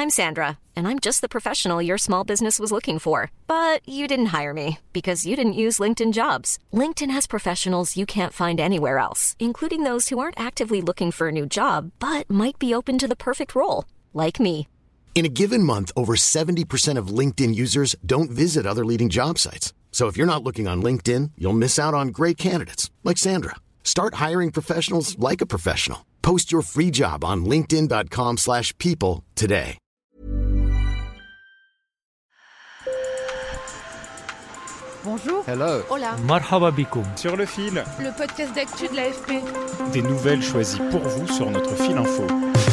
I'm Sandra, and I'm just the professional your small business was looking for. But you didn't hire me because you didn't use LinkedIn Jobs. LinkedIn has professionals you can't find anywhere else, including those who aren't actively looking for a new job, but might be open to the perfect role, like me. In a given month, over 70% of LinkedIn users don't visit other leading job sites. So if you're not looking on LinkedIn, you'll miss out on great candidates like Sandra. Start hiring professionals like a professional. Post your free job on linkedin.com/people today. Bonjour. Hello. Hola. Marhaba bikoum. Sur le fil. Le podcast d'actu de l'AFP. Des nouvelles choisies pour vous sur notre fil info.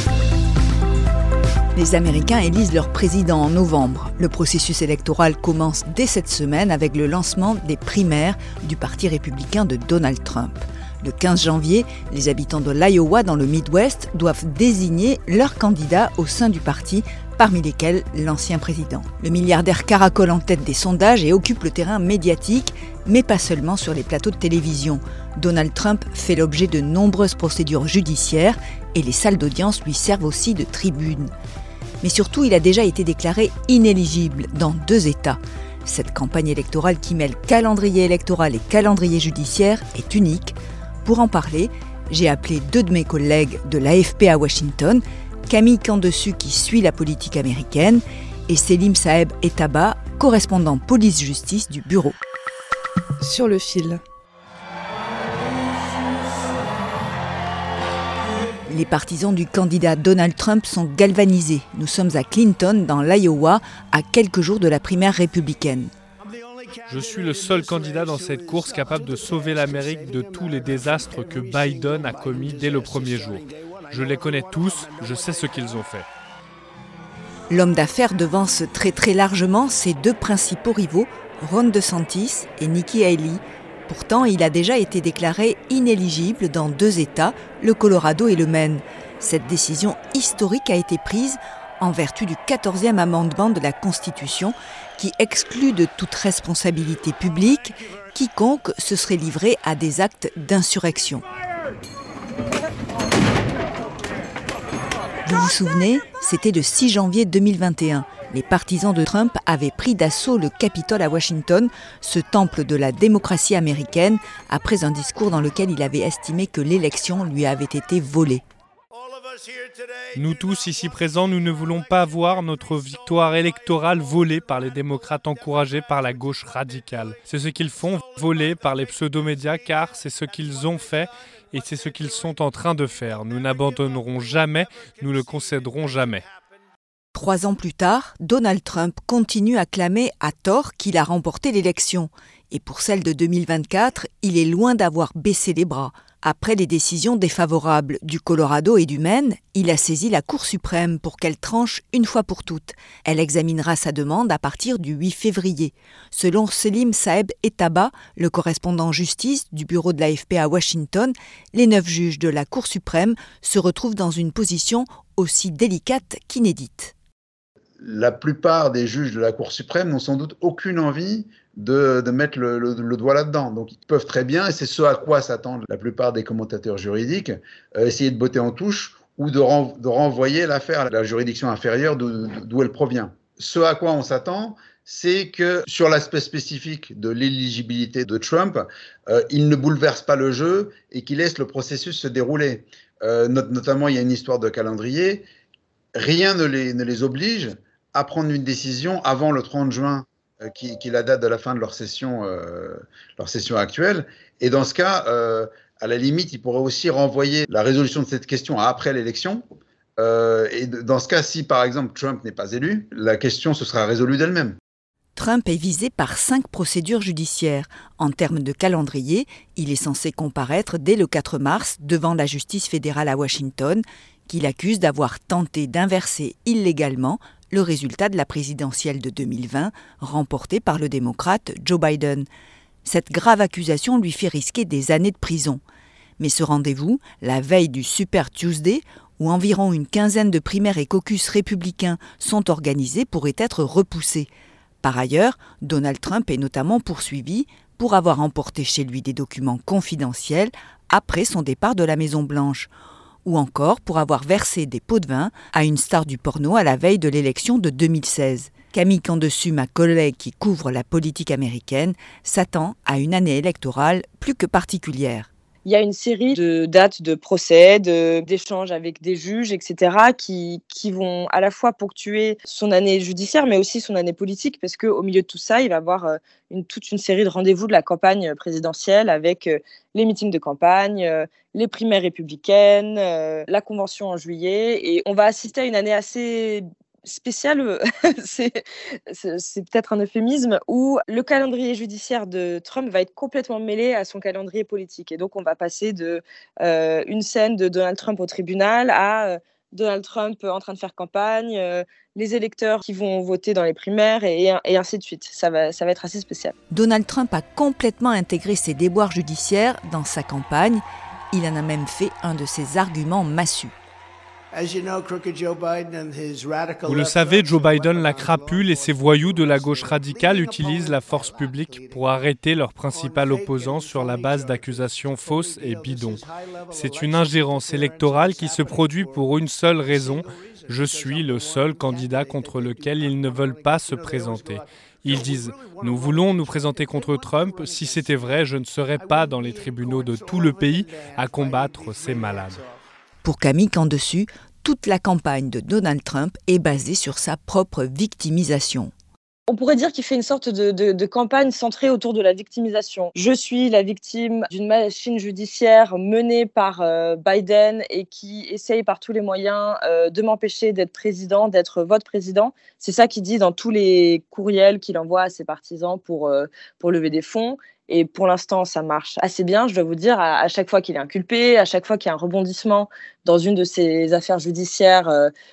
Les Américains élisent leur président en novembre. Le processus électoral commence dès cette semaine avec le lancement des primaires du Parti républicain de Donald Trump. Le 15 janvier, les habitants de l'Iowa dans le Midwest doivent désigner leur candidat au sein du parti, parmi lesquels l'ancien président. Le milliardaire caracole en tête des sondages et occupe le terrain médiatique, mais pas seulement sur les plateaux de télévision. Donald Trump fait l'objet de nombreuses procédures judiciaires et les salles d'audience lui servent aussi de tribune. Mais surtout, il a déjà été déclaré inéligible dans 2 États. Cette campagne électorale qui mêle calendrier électoral et calendrier judiciaire est unique. Pour en parler, j'ai appelé 2 de mes collègues de l'AFP à Washington, Camille Candessu qui suit la politique américaine et Selim Saeb Etaba, correspondant police-justice du bureau. Sur le fil. Les partisans du candidat Donald Trump sont galvanisés. Nous sommes à Clinton, dans l'Iowa, à quelques jours de la primaire républicaine. Je suis le seul candidat dans cette course capable de sauver l'Amérique de tous les désastres que Biden a commis dès le premier jour. Je les connais tous, je sais ce qu'ils ont fait. L'homme d'affaires devance très largement ses 2 principaux rivaux, Ron DeSantis et Nikki Haley. Pourtant, il a déjà été déclaré inéligible dans 2 États, le Colorado et le Maine. Cette décision historique a été prise en vertu du 14e amendement de la Constitution qui exclut de toute responsabilité publique quiconque se serait livré à des actes d'insurrection. Vous vous souvenez, c'était le 6 janvier 2021. Les partisans de Trump avaient pris d'assaut le Capitole à Washington, ce temple de la démocratie américaine, après un discours dans lequel il avait estimé que l'élection lui avait été volée. Nous tous ici présents, nous ne voulons pas voir notre victoire électorale volée par les démocrates encouragés par la gauche radicale. C'est ce qu'ils font, volée par les pseudo-médias, car c'est ce qu'ils ont fait et c'est ce qu'ils sont en train de faire. Nous n'abandonnerons jamais, nous ne concéderons jamais. 3 ans plus tard, Donald Trump continue à clamer à tort qu'il a remporté l'élection. Et pour celle de 2024, il est loin d'avoir baissé les bras. Après les décisions défavorables du Colorado et du Maine, il a saisi la Cour suprême pour qu'elle tranche une fois pour toutes. Elle examinera sa demande à partir du 8 février. Selon Selim Saeb Etaba, le correspondant justice du bureau de l'AFP à Washington, les 9 juges de la Cour suprême se retrouvent dans une position aussi délicate qu'inédite. La plupart des juges de la Cour suprême n'ont sans doute aucune envie de mettre le doigt là-dedans. Donc ils peuvent très bien, et c'est ce à quoi s'attendent la plupart des commentateurs juridiques, essayer de botter en touche ou de renvoyer l'affaire à la juridiction inférieure d'où elle provient. Ce à quoi on s'attend, c'est que sur l'aspect spécifique de l'éligibilité de Trump, il ne bouleverse pas le jeu et qu'il laisse le processus se dérouler. Notamment, il y a une histoire de calendrier. Rien ne les oblige à prendre une décision avant le 30 juin, qui est la date de la fin de leur session actuelle. Et dans ce cas, à la limite, ils pourraient aussi renvoyer la résolution de cette question à après l'élection. Et dans ce cas, si par exemple Trump n'est pas élu, la question se sera résolue d'elle-même. Trump est visé par 5 procédures judiciaires. En termes de calendrier, il est censé comparaître dès le 4 mars devant la justice fédérale à Washington, qu'il accuse d'avoir tenté d'inverser illégalement le résultat de la présidentielle de 2020, remportée par le démocrate Joe Biden. Cette grave accusation lui fait risquer des années de prison. Mais ce rendez-vous, la veille du Super Tuesday, où environ une quinzaine de primaires et caucus républicains sont organisés, pourrait être repoussé. Par ailleurs, Donald Trump est notamment poursuivi pour avoir emporté chez lui des documents confidentiels après son départ de la Maison-Blanche. ou encore pour avoir versé des pots de vin à une star du porno à la veille de l'élection de 2016. Camille Candessu, ma collègue qui couvre la politique américaine, s'attend à une année électorale plus que particulière. Il y a une série de dates de procès, d'échanges avec des juges, etc., qui vont à la fois ponctuer son année judiciaire, mais aussi son année politique, parce qu'au milieu de tout ça, il va y avoir toute une série de rendez-vous de la campagne présidentielle avec les meetings de campagne, les primaires républicaines, la convention en juillet. Et on va assister à une année assez spécial, c'est peut-être un euphémisme, où le calendrier judiciaire de Trump va être complètement mêlé à son calendrier politique. Et donc, on va passer de une scène de Donald Trump au tribunal à Donald Trump en train de faire campagne, les électeurs qui vont voter dans les primaires et ainsi de suite. Ça va être assez spécial. Donald Trump a complètement intégré ses déboires judiciaires dans sa campagne. Il en a même fait un de ses arguments massus. Vous le savez, Joe Biden, la crapule et ses voyous de la gauche radicale utilisent la force publique pour arrêter leur principal opposant sur la base d'accusations fausses et bidons. C'est une ingérence électorale qui se produit pour une seule raison. Je suis le seul candidat contre lequel ils ne veulent pas se présenter. Ils disent « Nous voulons nous présenter contre Trump. Si c'était vrai, je ne serais pas dans les tribunaux de tout le pays à combattre ces malades. » Pour Camille Candessu, toute la campagne de Donald Trump est basée sur sa propre victimisation. On pourrait dire qu'il fait une sorte de campagne centrée autour de la victimisation. Je suis la victime d'une machine judiciaire menée par Biden et qui essaye par tous les moyens de m'empêcher d'être président, d'être votre président. C'est ça qu'il dit dans tous les courriels qu'il envoie à ses partisans pour lever des fonds. Et pour l'instant, ça marche assez bien, je dois vous dire. À chaque fois qu'il est inculpé, à chaque fois qu'il y a un rebondissement dans une de ses affaires judiciaires,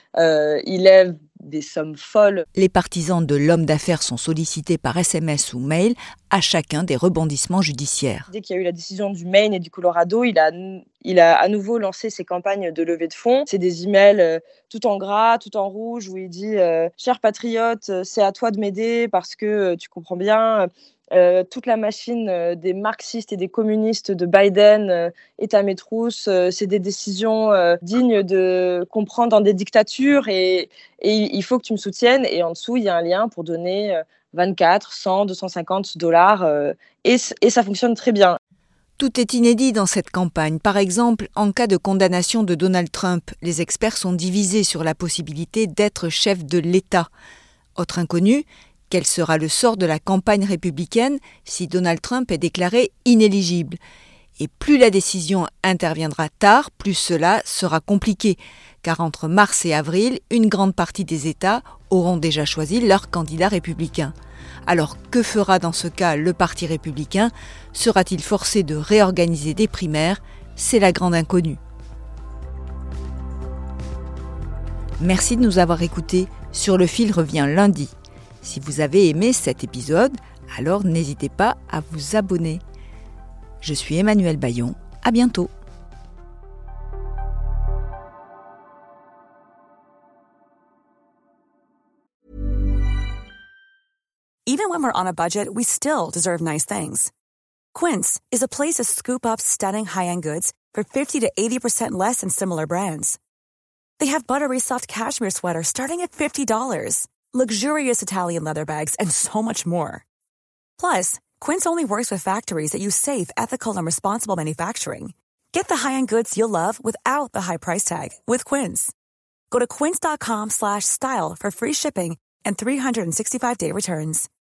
il lève des sommes folles. Les partisans de l'homme d'affaires sont sollicités par SMS ou mail à chacun des rebondissements judiciaires. Dès qu'il y a eu la décision du Maine et du Colorado, il a à nouveau lancé ses campagnes de levée de fonds. C'est des emails tout en gras, tout en rouge, où il dit « Cher patriote, c'est à toi de m'aider parce que tu comprends bien… » toute la machine des marxistes et des communistes de Biden est à mes trousses. C'est des décisions dignes de comprendre dans des dictatures et il faut que tu me soutiennes. Et en dessous, il y a un lien pour donner 24, 100, 250 $. Et ça fonctionne très bien. Tout est inédit dans cette campagne. Par exemple, en cas de condamnation de Donald Trump, les experts sont divisés sur la possibilité d'être chef de l'État. Autre inconnu, quel sera le sort de la campagne républicaine si Donald Trump est déclaré inéligible ? Et plus la décision interviendra tard, plus cela sera compliqué, car entre mars et avril, une grande partie des États auront déjà choisi leur candidat républicain. Alors que fera dans ce cas le Parti républicain ? Sera-t-il forcé de réorganiser des primaires ? C'est la grande inconnue. Merci de nous avoir écoutés. Sur le fil revient lundi. Si vous avez aimé cet épisode, alors n'hésitez pas à vous abonner. Je suis Emmanuelle Bayon, à bientôt. Even when we're on a budget, we still deserve nice things. Quince is a place to scoop up stunning high-end goods for 50 to 80% less than similar brands. They have buttery soft cashmere sweaters starting at $50, luxurious Italian leather bags, and so much more. Plus, Quince only works with factories that use safe, ethical, and responsible manufacturing. Get the high-end goods you'll love without the high price tag with Quince. Go to quince.com/style for free shipping and 365-day returns.